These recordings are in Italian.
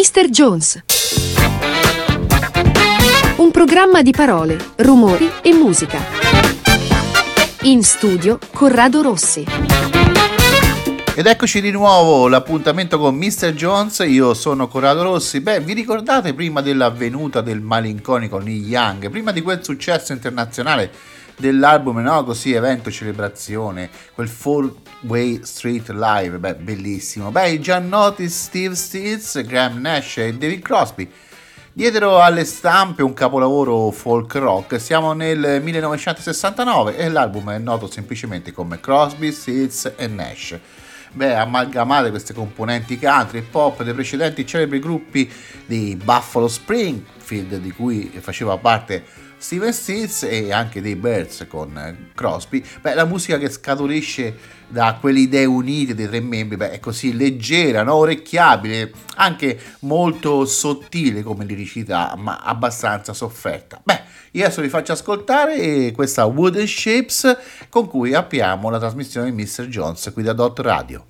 Mr. Jones. Un programma di parole, rumori e musica. In studio Corrado Rossi. Ed eccoci di nuovo, l'appuntamento con Mr. Jones, io sono Corrado Rossi. Vi ricordate prima della venuta del malinconico Neil Young, prima di quel successo internazionale dell'album, no? Così, evento, celebrazione, quel 4-Way Street Live, bellissimo. I già noti Steve Stills, Graham Nash e David Crosby diedero alle stampe un capolavoro folk rock. Siamo nel 1969 e l'album è noto semplicemente come Crosby, Stills e Nash. Amalgamate queste componenti country e pop dei precedenti celebri gruppi di Buffalo Springfield, di cui faceva parte Steven Stills, e anche dei Byrds con Crosby. La musica che scaturisce da quelle idee unite dei tre membri è così leggera, no? Orecchiabile, anche molto sottile come liricità, ma abbastanza sofferta. Io adesso vi faccio ascoltare questa Wooden Shapes, con cui apriamo la trasmissione di Mr. Jones qui da Dot Radio.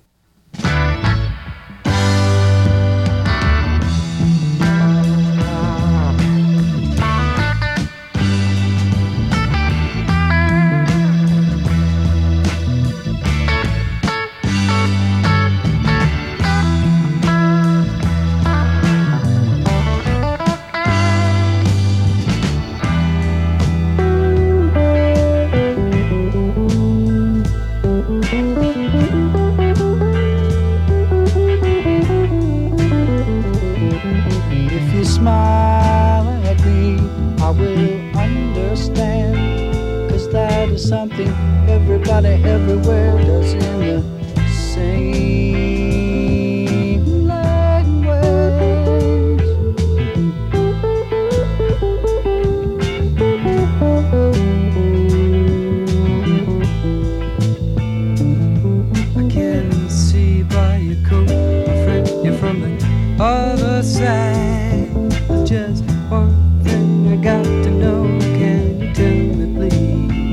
Something everybody everywhere does in the same language. I can see by your coat, my friend, you're from the other side. Just one thing I got to know, can you tell me please?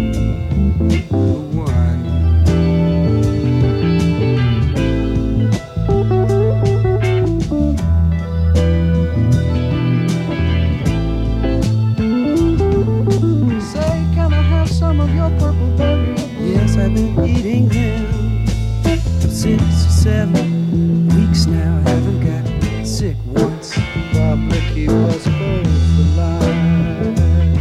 I've been eating him for 6 or 7 weeks now. I haven't got sick once. Probably keep us both alive.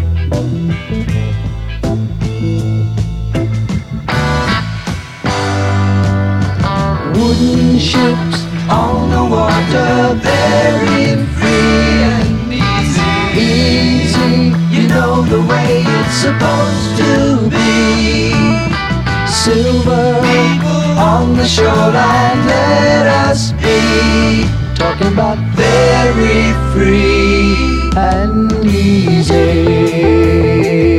Wooden ships on the water, very free and easy. Easy, you know the way it's supposed to be. Silver on the shoreline, let us be talking about very free and easy.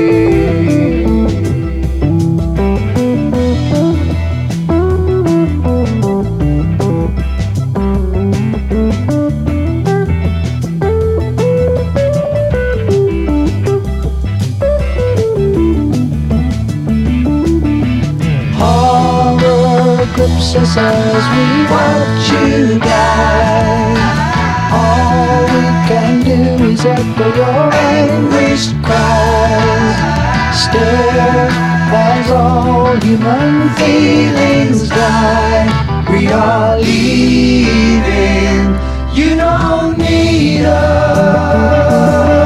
As we watch you die, all we can do is echo your anguished cries. Stare as all human feelings die. We are leaving, you don't need us.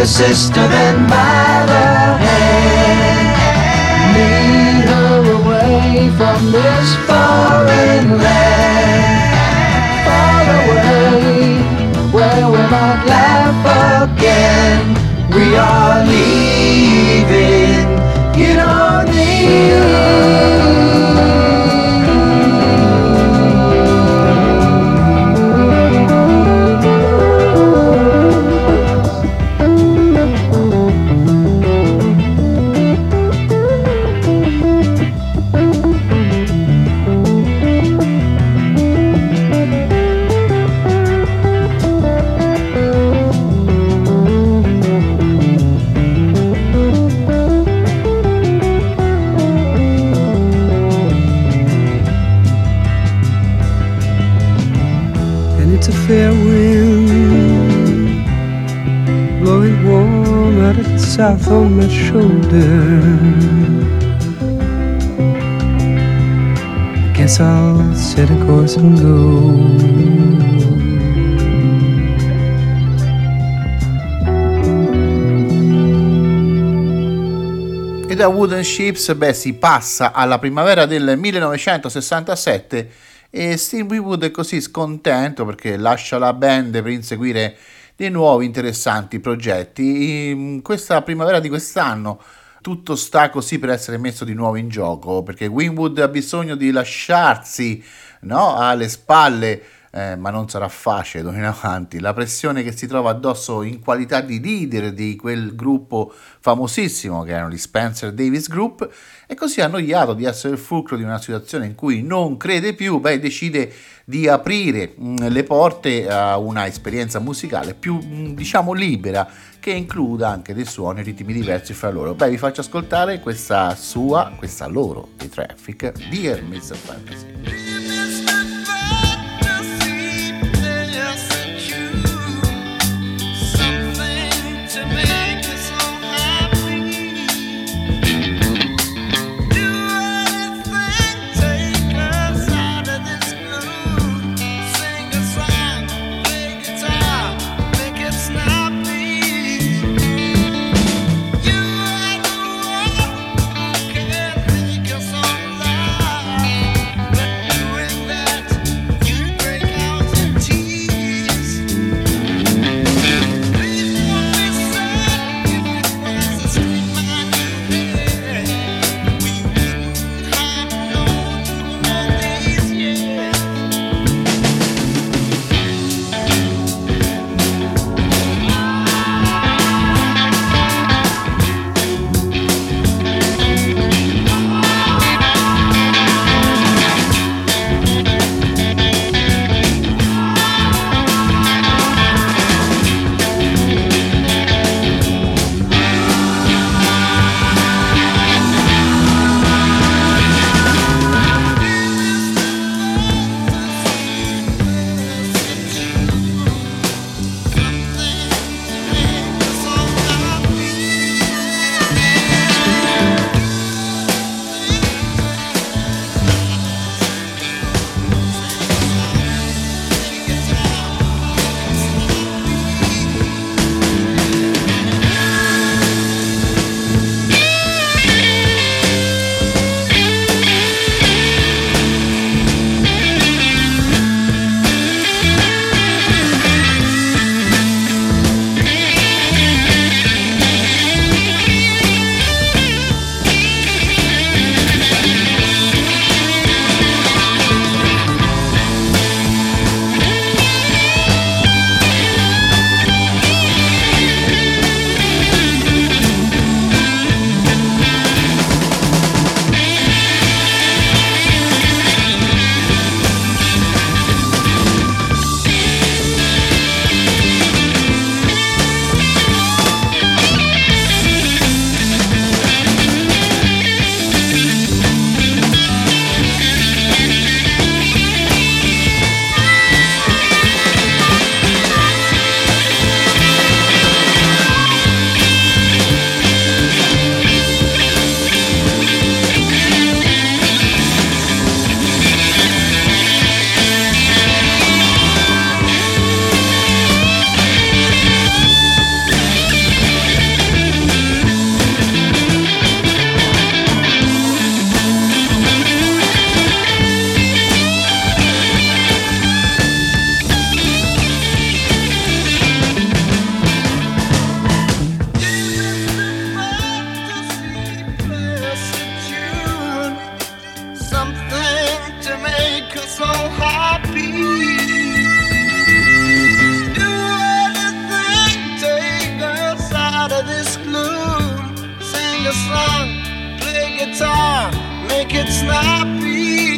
your sister, then by the hand, lead her away from this foreign land, far away, where we might laugh again. We are leaving, you don't need. It's a fair wind blowing warm out of the south on my shoulder. I guess I'll set a course and go. E da Wooden Ships, si passa alla primavera del 1967 e Steve Winwood è così scontento perché lascia la band per inseguire dei nuovi interessanti progetti. In questa primavera di quest'anno tutto sta così per essere messo di nuovo in gioco, perché Winwood ha bisogno di lasciarsi, no, alle spalle, ma non sarà facile d'ora in avanti, la pressione che si trova addosso in qualità di leader di quel gruppo famosissimo che erano gli Spencer Davis Group, e così annoiato di essere il fulcro di una situazione in cui non crede più, decide di aprire le porte a una esperienza musicale più, diciamo, libera, che includa anche dei suoni e ritmi diversi fra loro. Vi faccio ascoltare questa loro, di Traffic, Dear Mr. Fantasy. But afternoon. Sing a song, play guitar, make it snappy.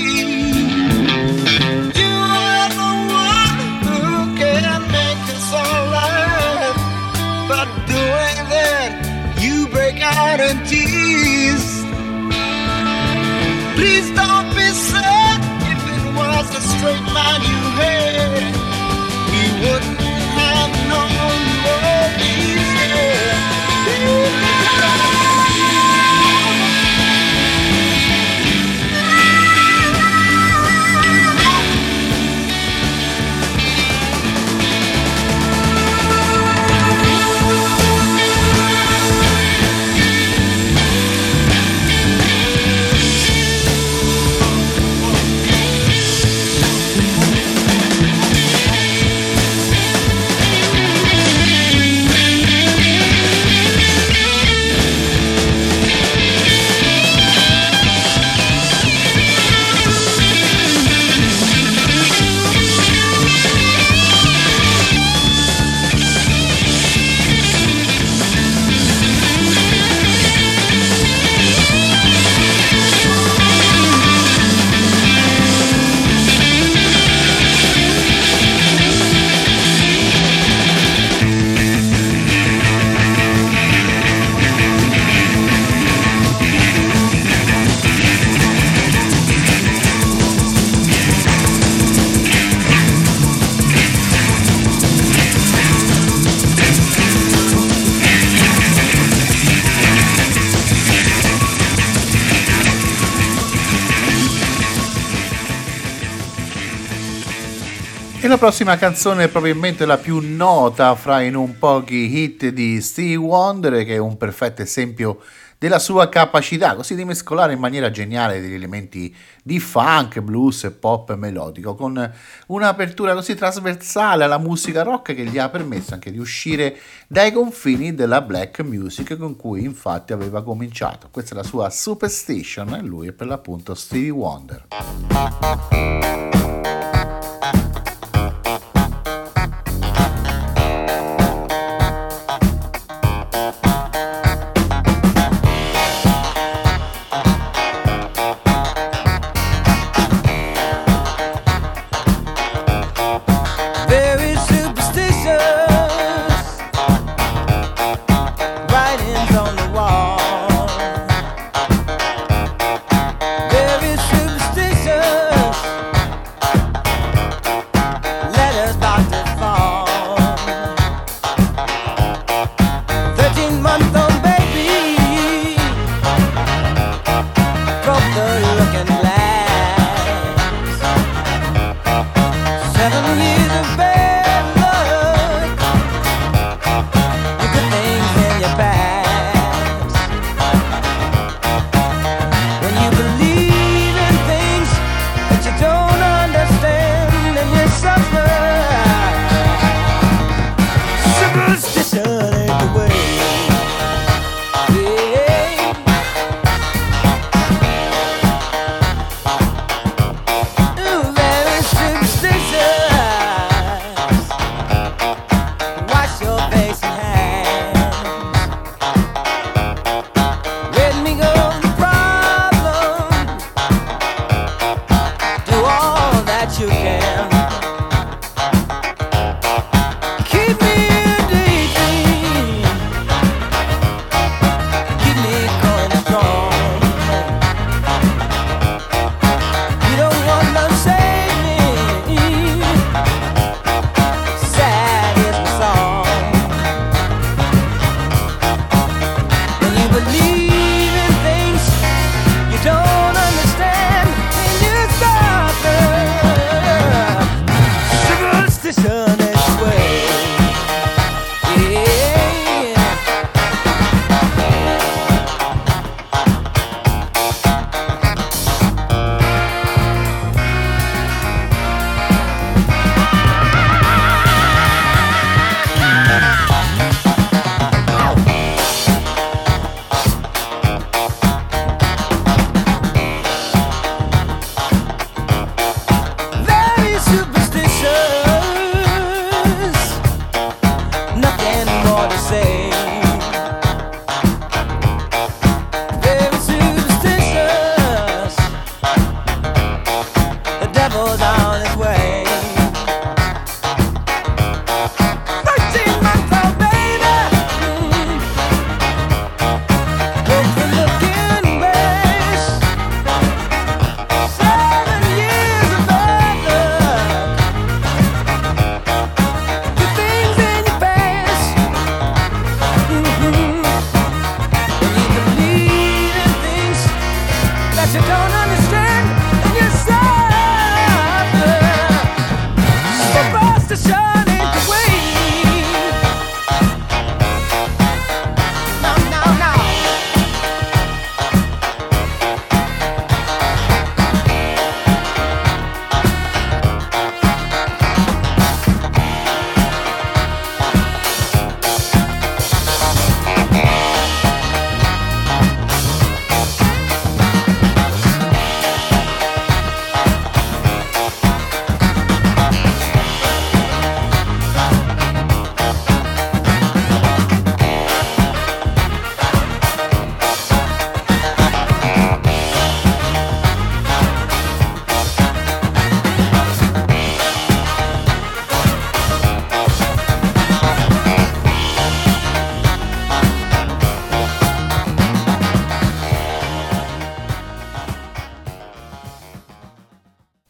You are the one who can make this alright. But doing that, you break out in tears. Please don't be sad. If it was a straight man you had, we wouldn't have known your easy. E la prossima canzone è probabilmente la più nota fra i non pochi hit di Stevie Wonder, che è un perfetto esempio della sua capacità così di mescolare in maniera geniale degli elementi di funk, blues e pop melodico, con un'apertura così trasversale alla musica rock che gli ha permesso anche di uscire dai confini della black music con cui infatti aveva cominciato. Questa è la sua Superstition e lui è per l'appunto Stevie Wonder.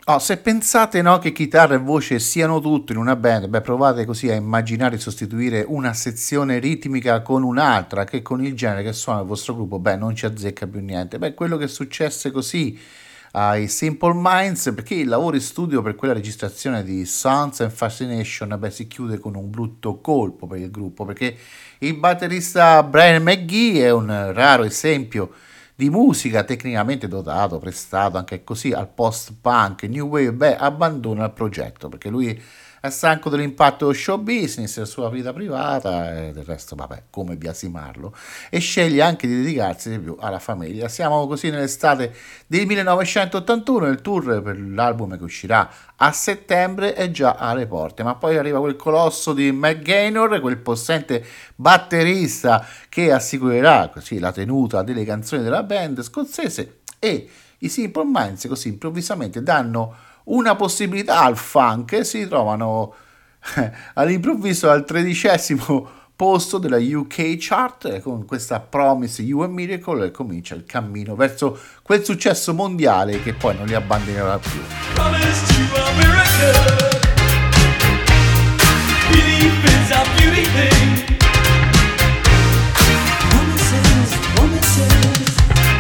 Oh, se pensate, no, che chitarra e voce siano tutto in una band, beh, provate così a immaginare di sostituire una sezione ritmica con un'altra che con il genere che suona il vostro gruppo, beh, non ci azzecca più niente. Beh, quello che successe così ai Simple Minds, perché il lavoro in studio per quella registrazione di Sounds and Fascination, beh, si chiude con un brutto colpo per il gruppo, perché il batterista Brian McGee è un raro esempio di musica tecnicamente dotato, prestato anche così al post-punk, new wave, beh, abbandona il progetto perché lui è stanco dell'impatto dello show business, della sua vita privata e del resto, vabbè, come biasimarlo, e sceglie anche di dedicarsi di più alla famiglia. Siamo così nell'estate del 1981, il tour per l'album che uscirà a settembre è già alle porte, ma poi arriva quel colosso di Mick Gaynor, quel possente batterista che assicurerà così la tenuta delle canzoni della band scozzese, e i Simple Minds così improvvisamente danno una possibilità al funk e si trovano all'improvviso al 13° posto della UK chart con questa Promise You a Miracle, e comincia il cammino verso quel successo mondiale che poi non li abbandonerà più. Promise you a miracle. Belief is a beauty thing. Promises, promises.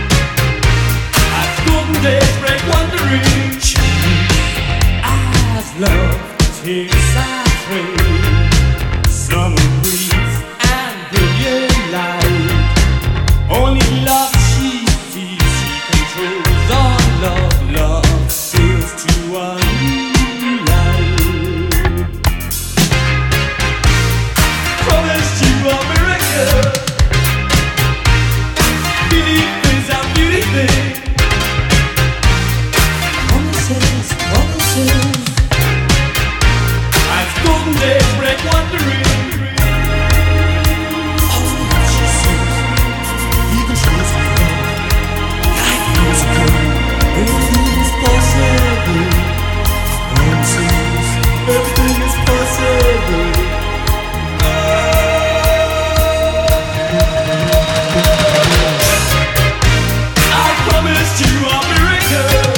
As golden days break wandering. As love takes our train. Summer breeze and brilliant light. Only love she sees, she controls all love. Love sails to a new life. Promised you a miracle. Belief is a beauty thing. Promises, promises. As golden days break wandering. Everything is possible. I promised you a miracle.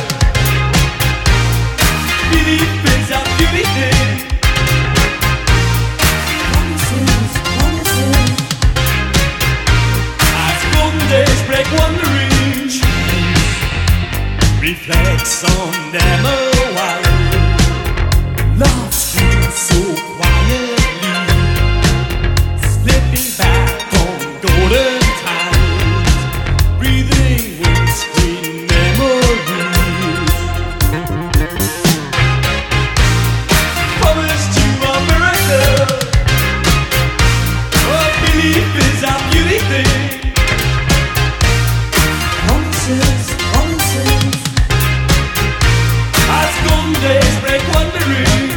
Belief is a beauty thing. Promises, promises. As golden days break wandering. Reflects on them a while. Love speaks so quietly, slipping back on golden times, breathing in sweet memories. Promised you a miracle. Oh, belief is a beauty thing. Promises, promises. As golden days break wandering.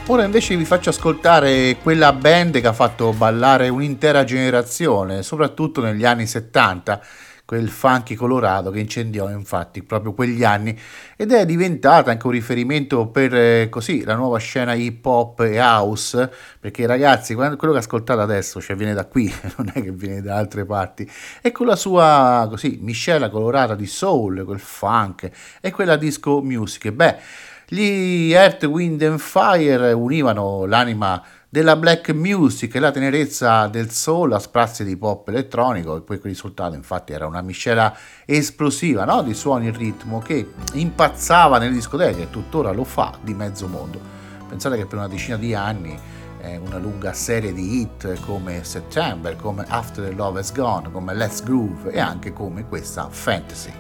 Ora invece vi faccio ascoltare quella band che ha fatto ballare un'intera generazione, soprattutto negli anni 70, quel funky colorato che incendiò infatti proprio quegli anni ed è diventata anche un riferimento per così la nuova scena hip hop e house, perché ragazzi quello che ascoltate adesso cioè viene da qui, non è che viene da altre parti, e con la sua così miscela colorata di soul, quel funk e quella disco music. Beh, gli Earth, Wind and Fire univano l'anima della black music e la tenerezza del soul a sprazzi di pop elettronico, e poi il risultato infatti era una miscela esplosiva, no? Di suoni e ritmo che impazzava nelle discoteche e tuttora lo fa di mezzo mondo. Pensate che per una decina di anni una lunga serie di hit come September, come After the Love Has Gone, come Let's Groove e anche come questa Fantasy.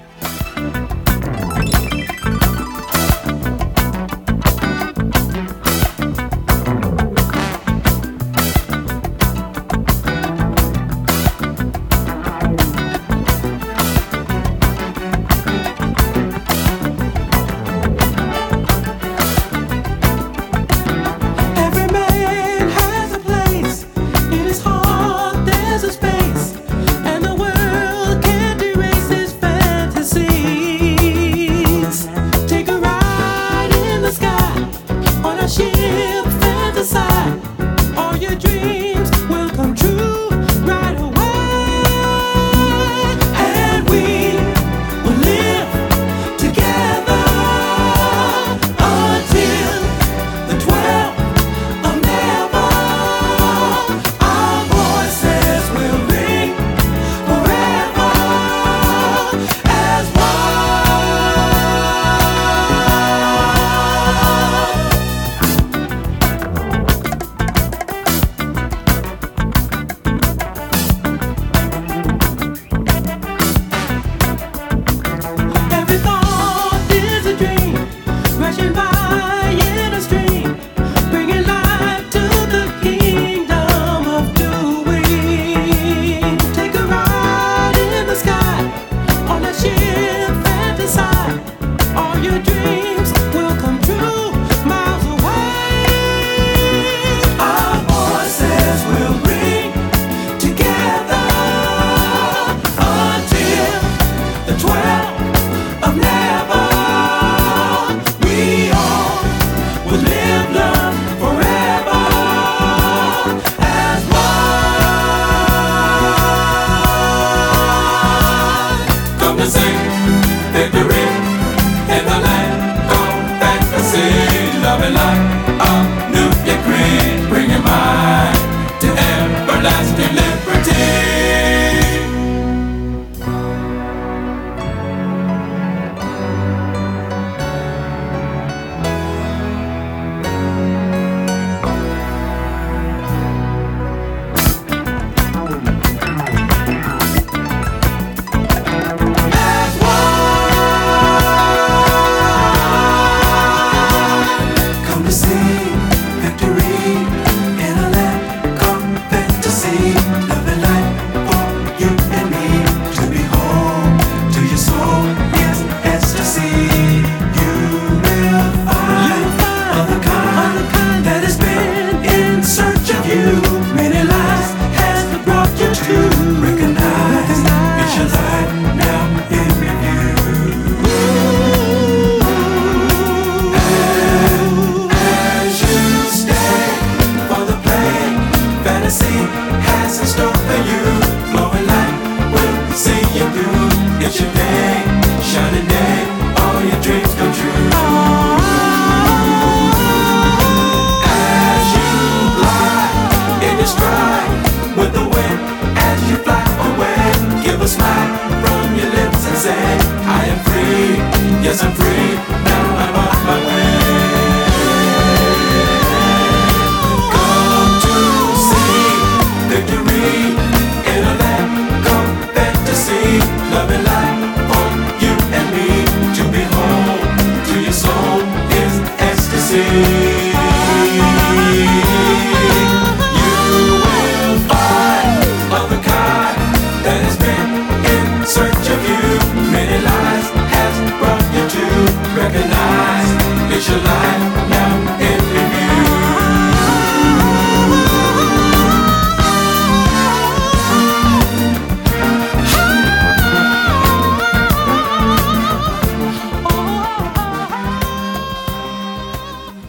Search of you, many lies has brought you to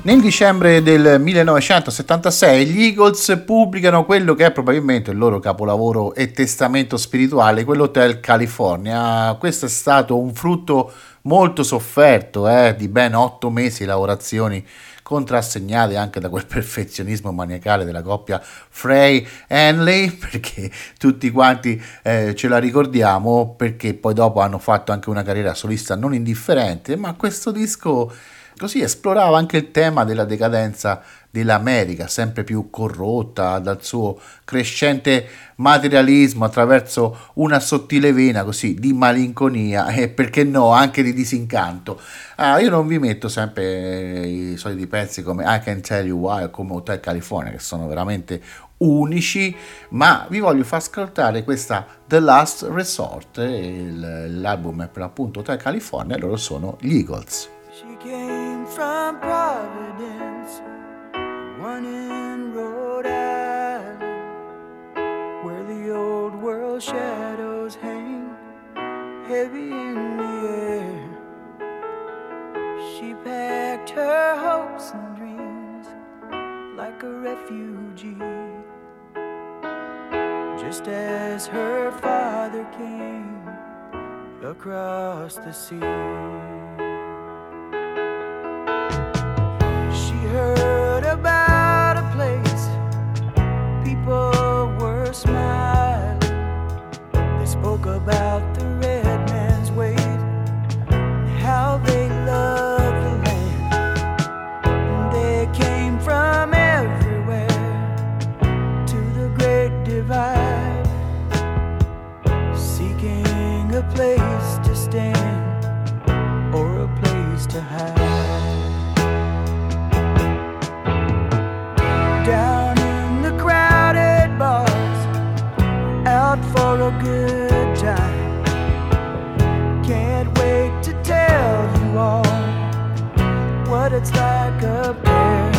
Nel dicembre del 1976 gli Eagles pubblicano quello che è probabilmente il loro capolavoro e testamento spirituale, quell'Hotel California. Questo è stato un frutto molto sofferto di ben 8 mesi di lavorazioni, contrassegnate anche da quel perfezionismo maniacale della coppia Frey-Henley, perché tutti quanti ce la ricordiamo, perché poi dopo hanno fatto anche una carriera solista non indifferente, ma questo disco così esplorava anche il tema della decadenza dell'America, sempre più corrotta dal suo crescente materialismo, attraverso una sottile vena così di malinconia e perché no anche di disincanto. Io non vi metto sempre i soliti pezzi come I Can Tell You Why o come Hotel California, che sono veramente unici, ma vi voglio far ascoltare questa The Last Resort. L'album è per l'appunto Hotel California e loro sono gli Eagles. She came from Providence, one in Rhode Island, where the old world shadows hang heavy in the air. She packed her hopes and dreams like a refugee, just as her father came across the sea. Heard about a place people were smiling. They spoke about the red man's wave and how they loved the land. And they came from everywhere to the great divide, seeking a place to stand or a place to hide. Down in the crowded bars, out for a good time. Can't wait to tell you all what it's like up there.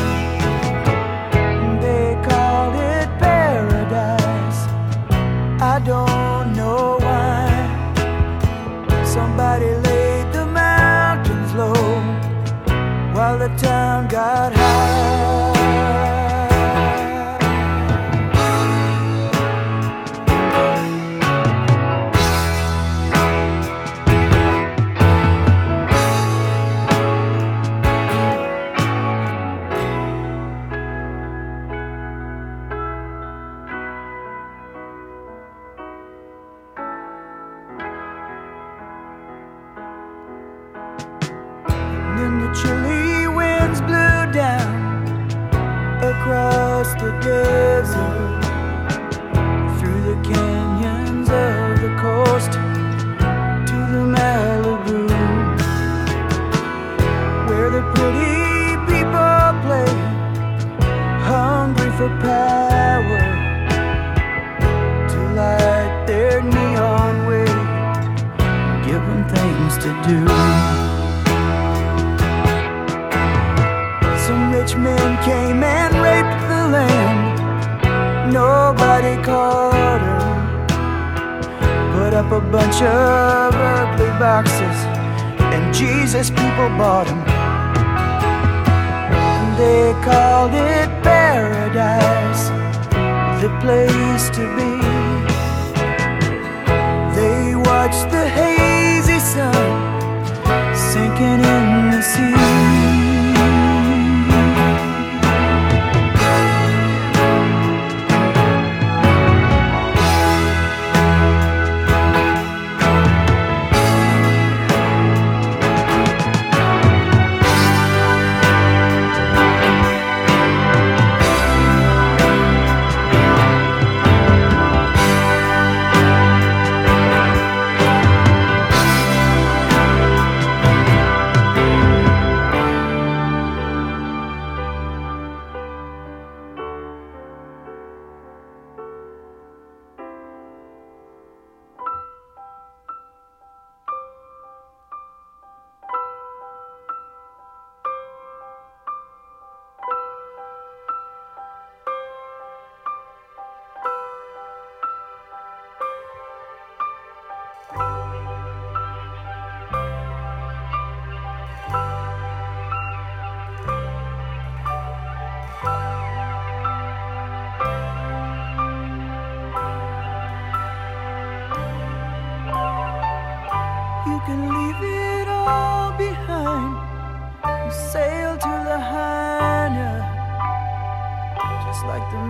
They call it paradise, I don't know why. Somebody laid the mountains low while the town got high. Chilly winds blew down across the desert, through the canyons of the coast to the Malibu, where the pretty people play, hungry for power, to light their neon way, give them things to do. Rich men came and raped the land. Nobody caught them. Put up a bunch of ugly boxes, and Jesus people bought them. And they called it paradise, the place to be. They watched the hazy sun sinking in the sea.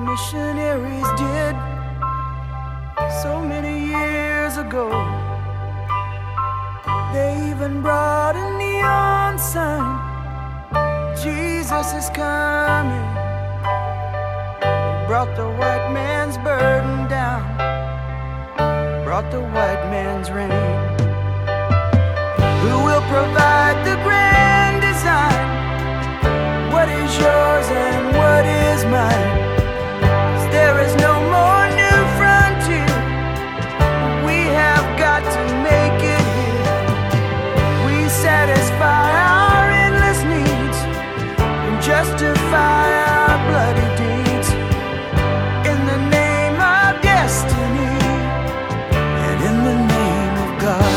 missionaries did so many years ago. They even brought a neon sign, Jesus is coming. They brought the white man's burden down, brought the white man's rain. Who will provide the grand design? What is yours and what is mine? 'Cause there is no more new frontier. We have got to make it here. We satisfy our endless needs and justify our bloody deeds in the name of destiny and in the name of God.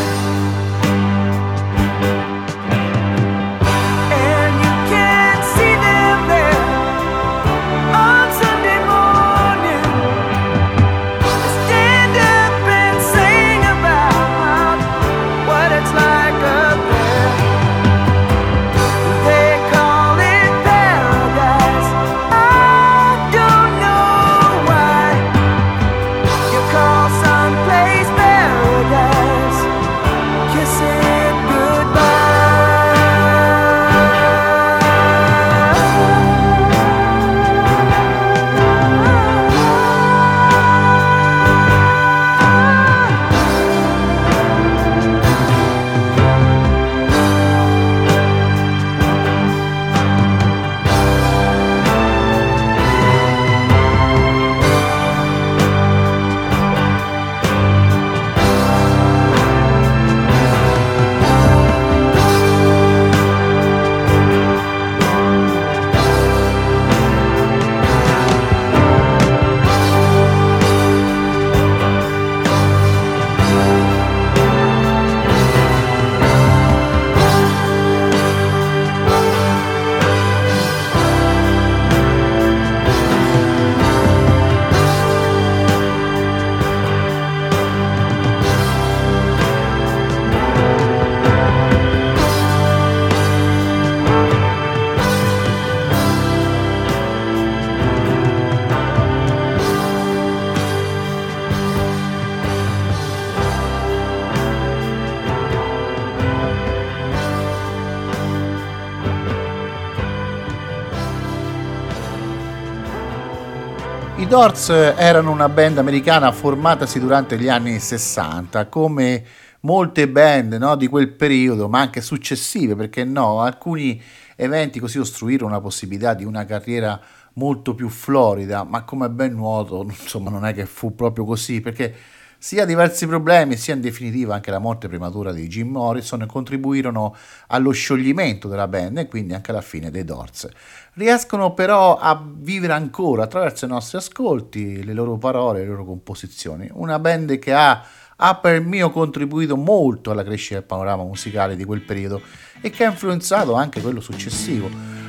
I Doors erano una band americana formatasi durante gli anni 60, come molte band, no, di quel periodo, ma anche successive, perché no, alcuni eventi così ostruirono la possibilità di una carriera molto più florida, ma come è ben noto, insomma, non è che fu proprio così, perché sia diversi problemi, sia in definitiva anche la morte prematura di Jim Morrison contribuirono allo scioglimento della band e quindi anche alla fine dei Doors. Riescono però a vivere ancora attraverso i nostri ascolti, le loro parole, le loro composizioni. Una band che ha per mio contribuito molto alla crescita del panorama musicale di quel periodo e che ha influenzato anche quello successivo.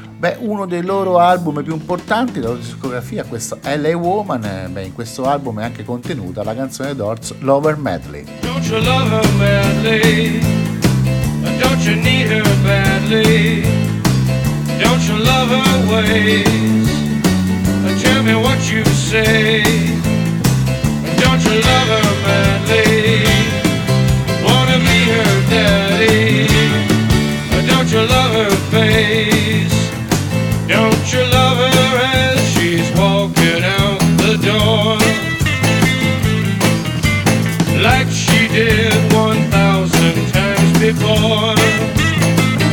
Uno dei loro album più importanti, la loro discografia, questo LA Woman, in questo album è anche contenuta la canzone Doors Lover Medley. Don't you love her madly? Don't you need her badly? Don't you love her ways? Tell me what you say. Don't you love her madly? Wanna be her daddy? Don't you love her face? Don't you love her as she's walking out the door? Like she did 1,000 times before.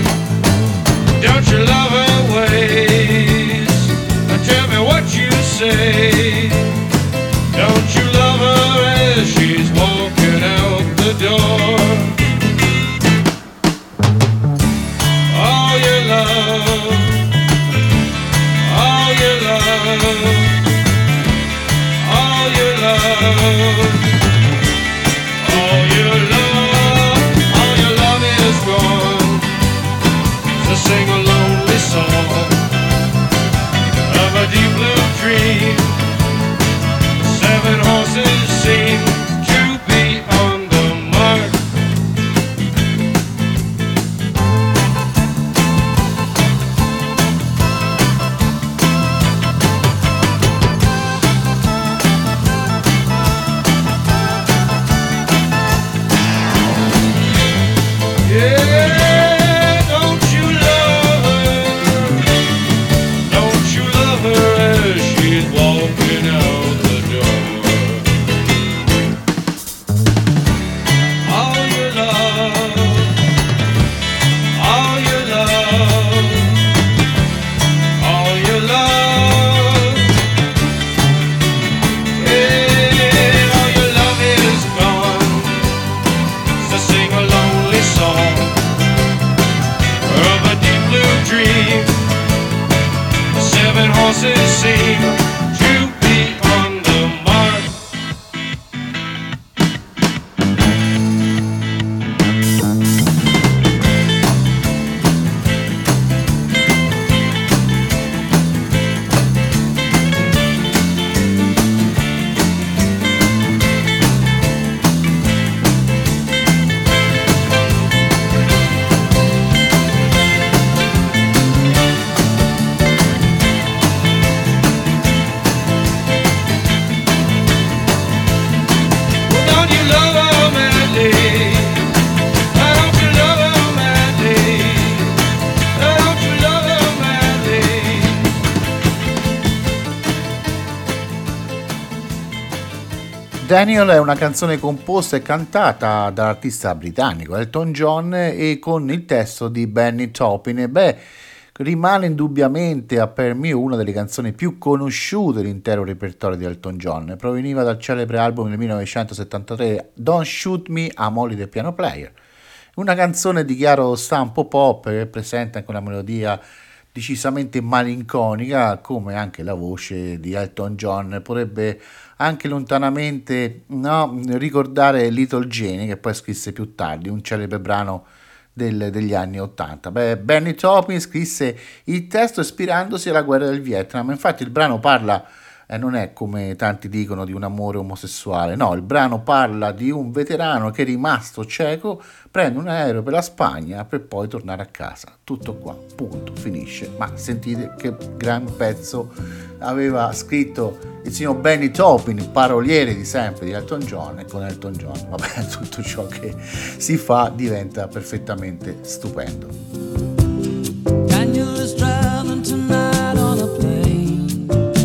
Daniel è una canzone composta e cantata dall'artista britannico Elton John e con il testo di Benny Taupin. E rimane indubbiamente per me una delle canzoni più conosciute dell'intero repertorio di Elton John. Proveniva dal celebre album del 1973 Don't Shoot Me, I'm Only the Piano Player. Una canzone di chiaro stampo pop che presenta anche una melodia decisamente malinconica, come anche la voce di Elton John potrebbe anche lontanamente ricordare Little Jenny, che poi scrisse più tardi un celebre brano degli anni 80. Benny Taupin scrisse il testo ispirandosi alla guerra del Vietnam. Infatti il brano parla, non è come tanti dicono di un amore omosessuale, no, il brano parla di un veterano che, rimasto cieco, prende un aereo per la Spagna per poi tornare a casa. Tutto qua, punto, finisce. Ma sentite che gran pezzo aveva scritto il signor Benny Taupin, paroliere di sempre di Elton John, e con Elton John, vabbè, tutto ciò che si fa diventa perfettamente stupendo. Daniel is traveling tonight on a plane.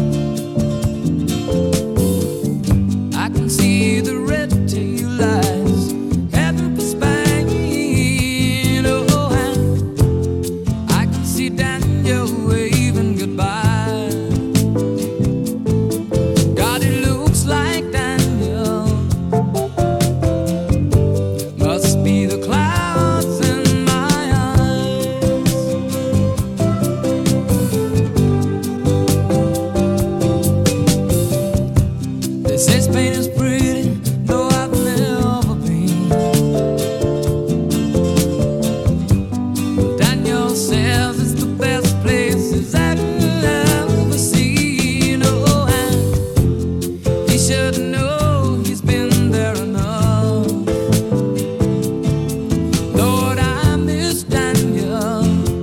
I can see the red tail lights heading for Spain. Oh, and I can see Daniel waving goodbye. God, it looks like Daniel must be the clouds in my eyes. They say Spain is pretty, though I've never been. Daniel says it's the best places I've ever seen. Oh, and he should know he's been there enough. Lord, I miss Daniel.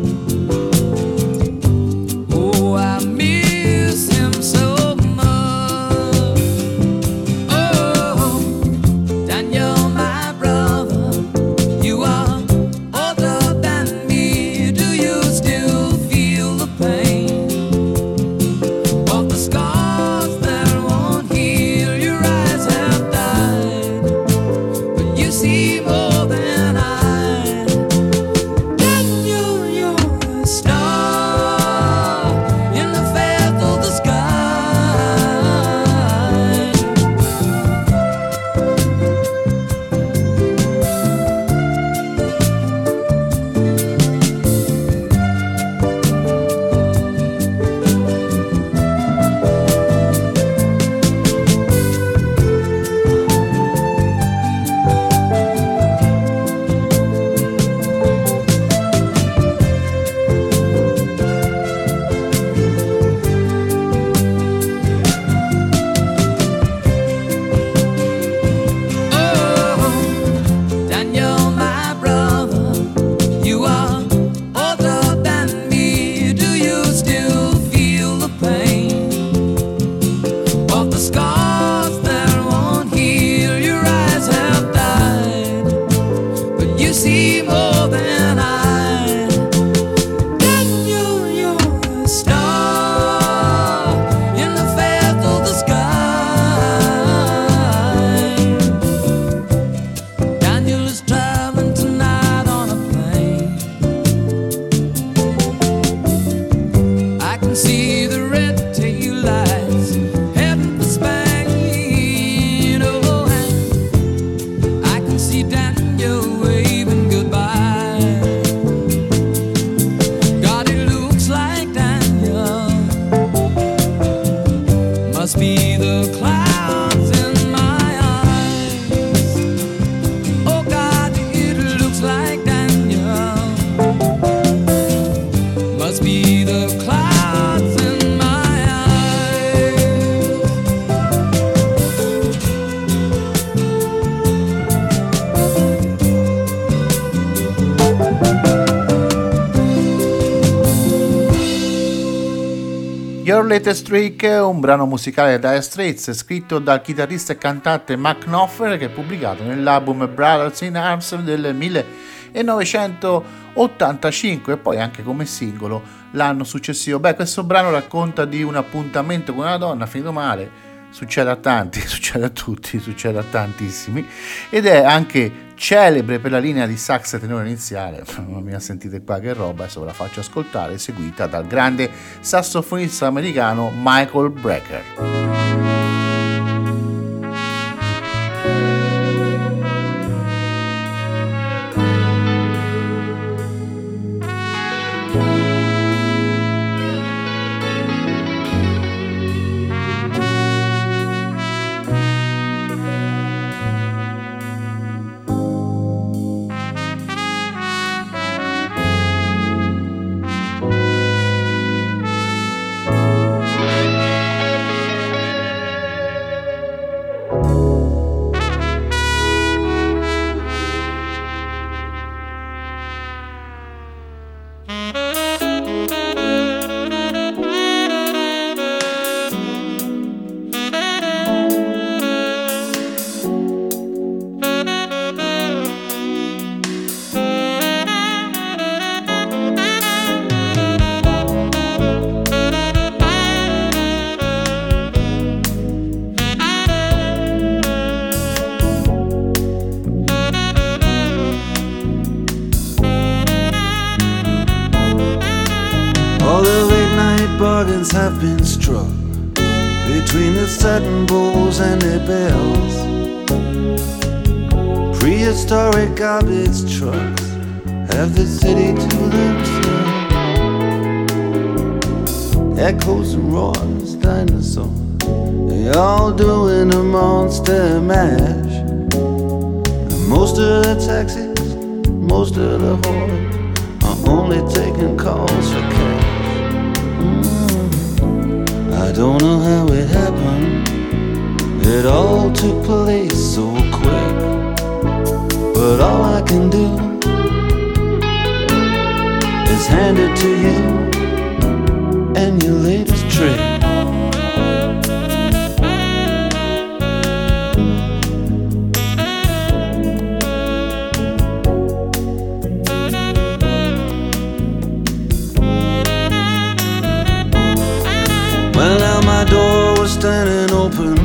Oh, I miss him so much. Oh, Daniel, my brother, you are older than me. Do you still feel the pain of the scars that won't heal? Your eyes have died, but you see more than I. Daniel, you're a star in the faith of the sky. Oh, Daniel, my brother, you are older than me. Do you still feel the pain of the scars that won't heal? Your eyes have died, but you see more than I. Daniel, you're a star in the faith of the sky. Daniel is traveling tonight on a plane. I can see the red tail lights heading for Spain. Oh, and I can see Daniel waving goodbye. God, it looks like Daniel must be the clouds in my eyes. Oh God, it looks like Daniel must be the clouds in my eyes. Your Latest Trick, un brano musicale da Dire Straits scritto dal chitarrista e cantante Mark Knopfler, che è pubblicato nell'album Brothers in Arms del 1985 e poi anche come singolo l'anno successivo. Questo brano racconta di un appuntamento con una donna finito male, succede a tanti, succede a tutti, succede a tantissimi, ed è anche celebre per la linea di sax tenore iniziale. Mamma mia, sentite qua che roba, adesso ve la faccio ascoltare, seguita dal grande sassofonista americano Michael Brecker. bargains have been struck between the satin bowls and their bells. Prehistoric garbage trucks have the city to themselves. Echoes and roars, dinosaurs, they all doing a monster mash. And most of the taxis, most of the whores are only taking calls for cash. I don't know how it happened, it all took place so quick. But all I can do is hand it to you and your latest trick. Well, now my door was standing open,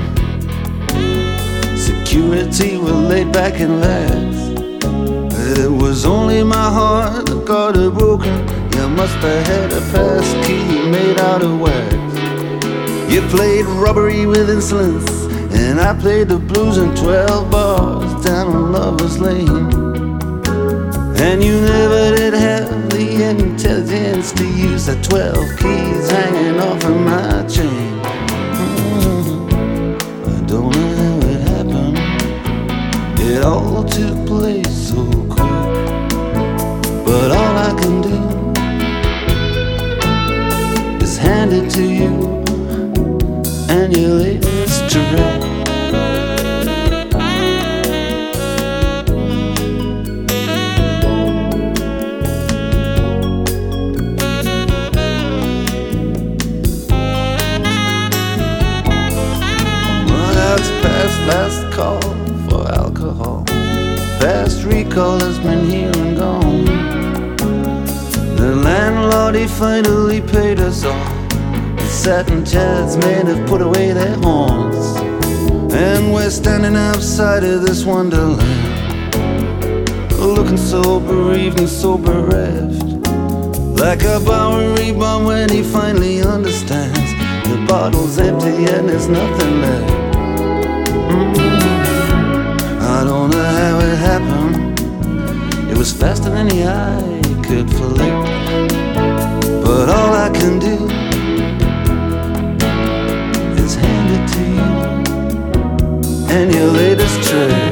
security were laid back and lax. It was only my heart that got it broken. You must have had a pass key made out of wax. You played robbery with insolence, and I played the blues in 12 bars down on Lover's Lane. And you never did have the intelligence to use the 12 keys hanging off of my chain. I don't know how it happened, it all took place so quick. But all I can do is hand it to you and your latest trick. Last call for alcohol, fast recall has been here and gone. The landlord, he finally paid us all. The satin chairs men have put away their horns, and we're standing outside of this wonderland, looking so bereaved and so bereft, like a Bowery bomb when he finally understands the bottle's empty and there's nothing left. I don't know how it happened, it was faster than the eye could flick. But all I can do is hand it to you and your latest trick.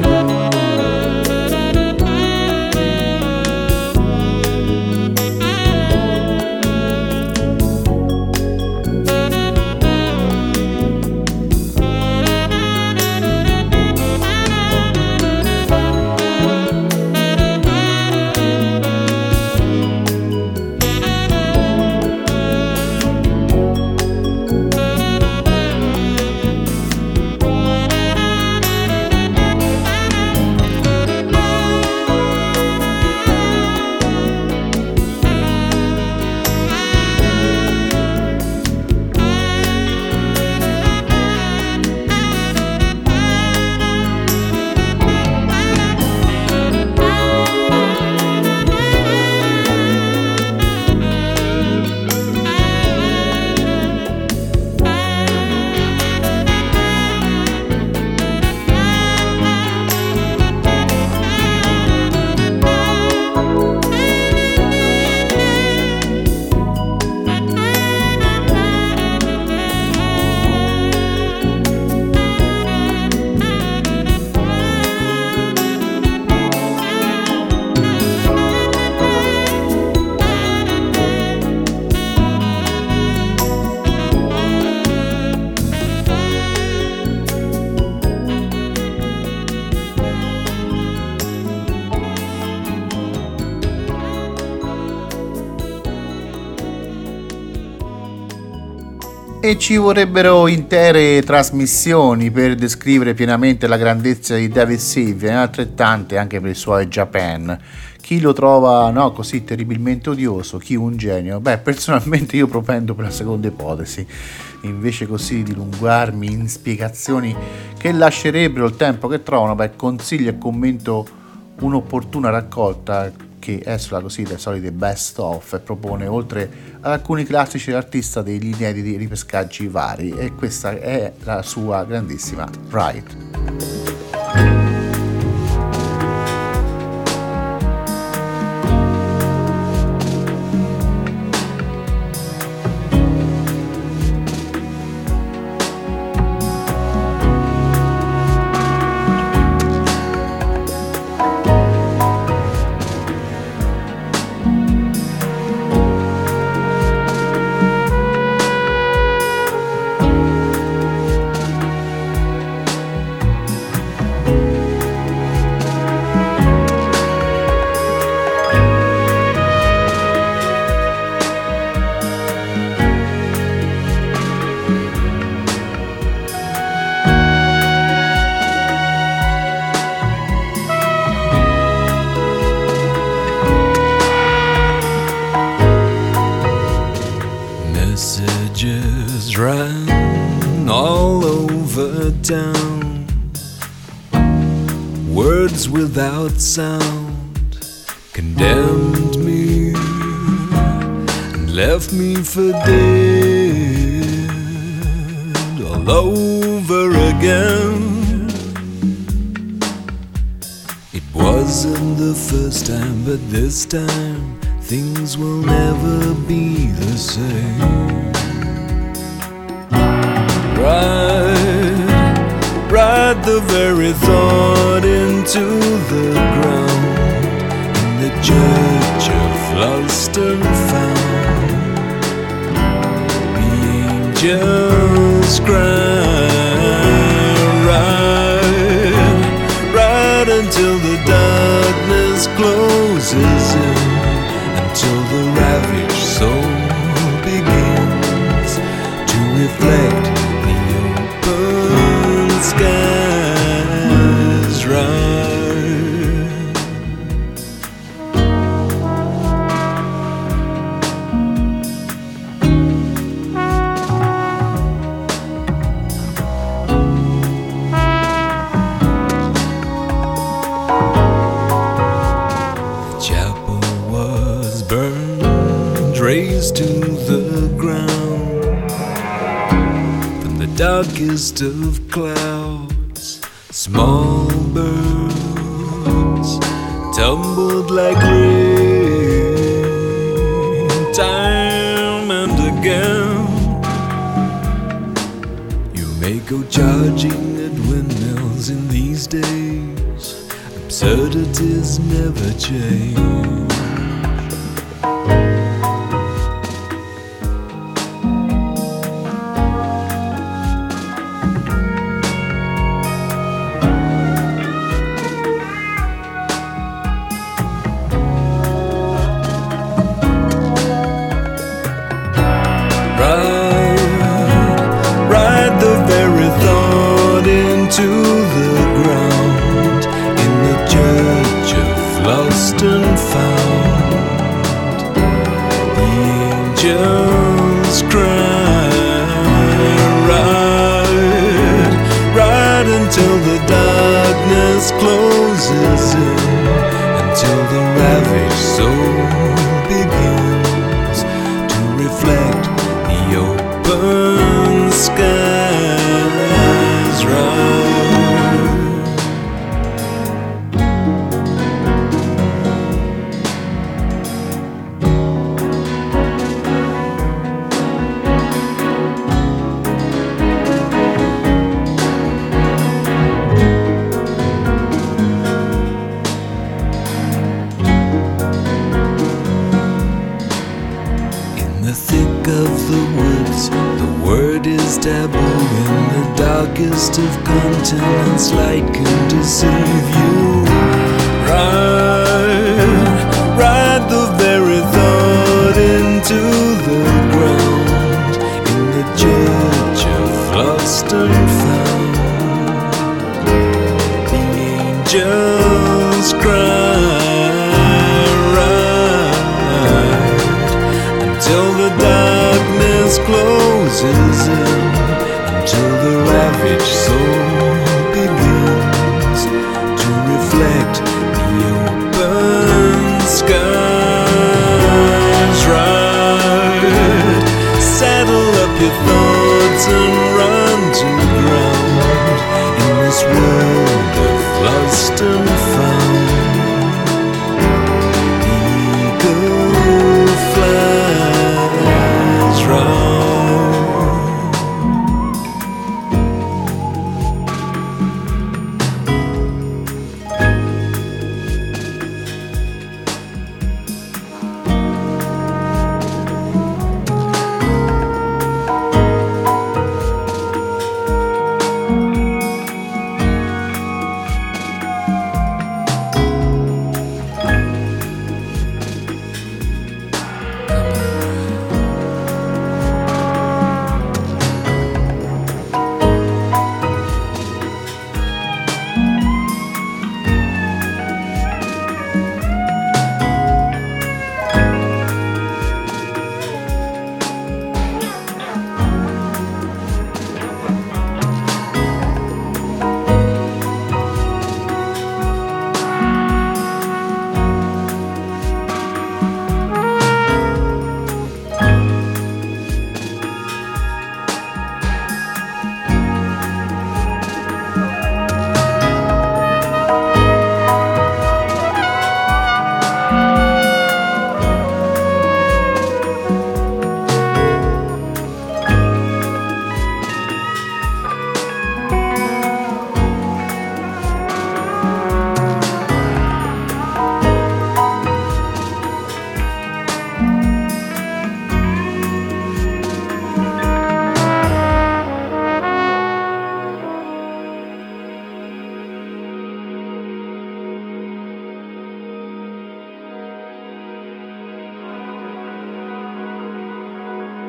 E ci vorrebbero intere trasmissioni per descrivere pienamente la grandezza di David Sylvian, e altrettante anche per i suoi Japan. Chi lo trova così terribilmente odioso, chi un genio? Beh, personalmente io propendo per la seconda ipotesi, invece così di dilungarmi in spiegazioni che lascerebbero il tempo che trovano. Consiglio e commento un'opportuna raccolta che esula così dai soliti best of e propone, oltre ad alcuni classici dell'artista, degli inediti ripescaggi vari, e questa è la sua grandissima Pride. Messages ran all over town, words without sound condemned me and left me for dead all over again. It wasn't the first time, but this time things will never be the same. Ride the very thought into the ground in the church of lost and found. The angels cry, ride until the darkness closes in, until the ravaged soul begins to reflect the open skies. Ride. The chapel was burned, razed to the ground. From the darkest of clouds, small birds tumbled like rain, time and again. You may go charging at windmills in these days, absurdities never change. Ride the very thought into the ground in the church of lost and found. The angels cry, ride until the darkness closes in, until the ravaged soul begins to reflect the open skies. Ride. In the thick of the woods, the word is taboo. In the darkest of continents, light can deceive you. Ride the very thought into the ground in the church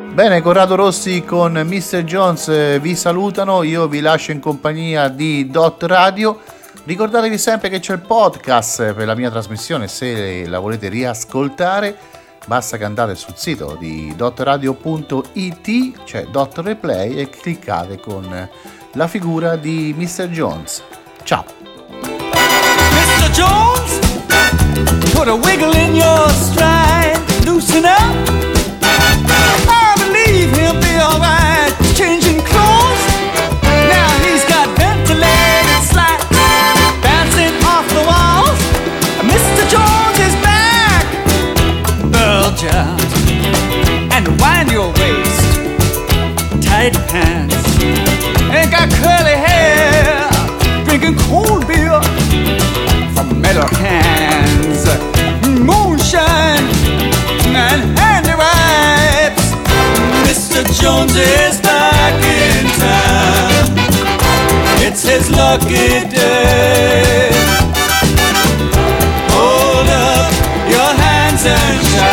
Bene, Corrado Rossi con Mr. Jones vi salutano, io vi lascio in compagnia di Dot Radio. Ricordatevi sempre che c'è il podcast per la mia trasmissione, se la volete riascoltare basta che andate sul sito di dotradio.it, cioè Dot Replay, e cliccate con la figura di Mr. Jones. Ciao! Mr. Jones, put a wiggle in your stride, loosen up. I believe he'll be alright. Changing clothes, now he's got ventilated slats bouncing off the walls. Mr. Jones is back. Bulge out and wind your waist, tight pants, and got curly hair, drinking cold beer from metal cans, moonshine and handy wipes. Mr. Jones is back in town. It's his lucky day. Hold up your hands and shout.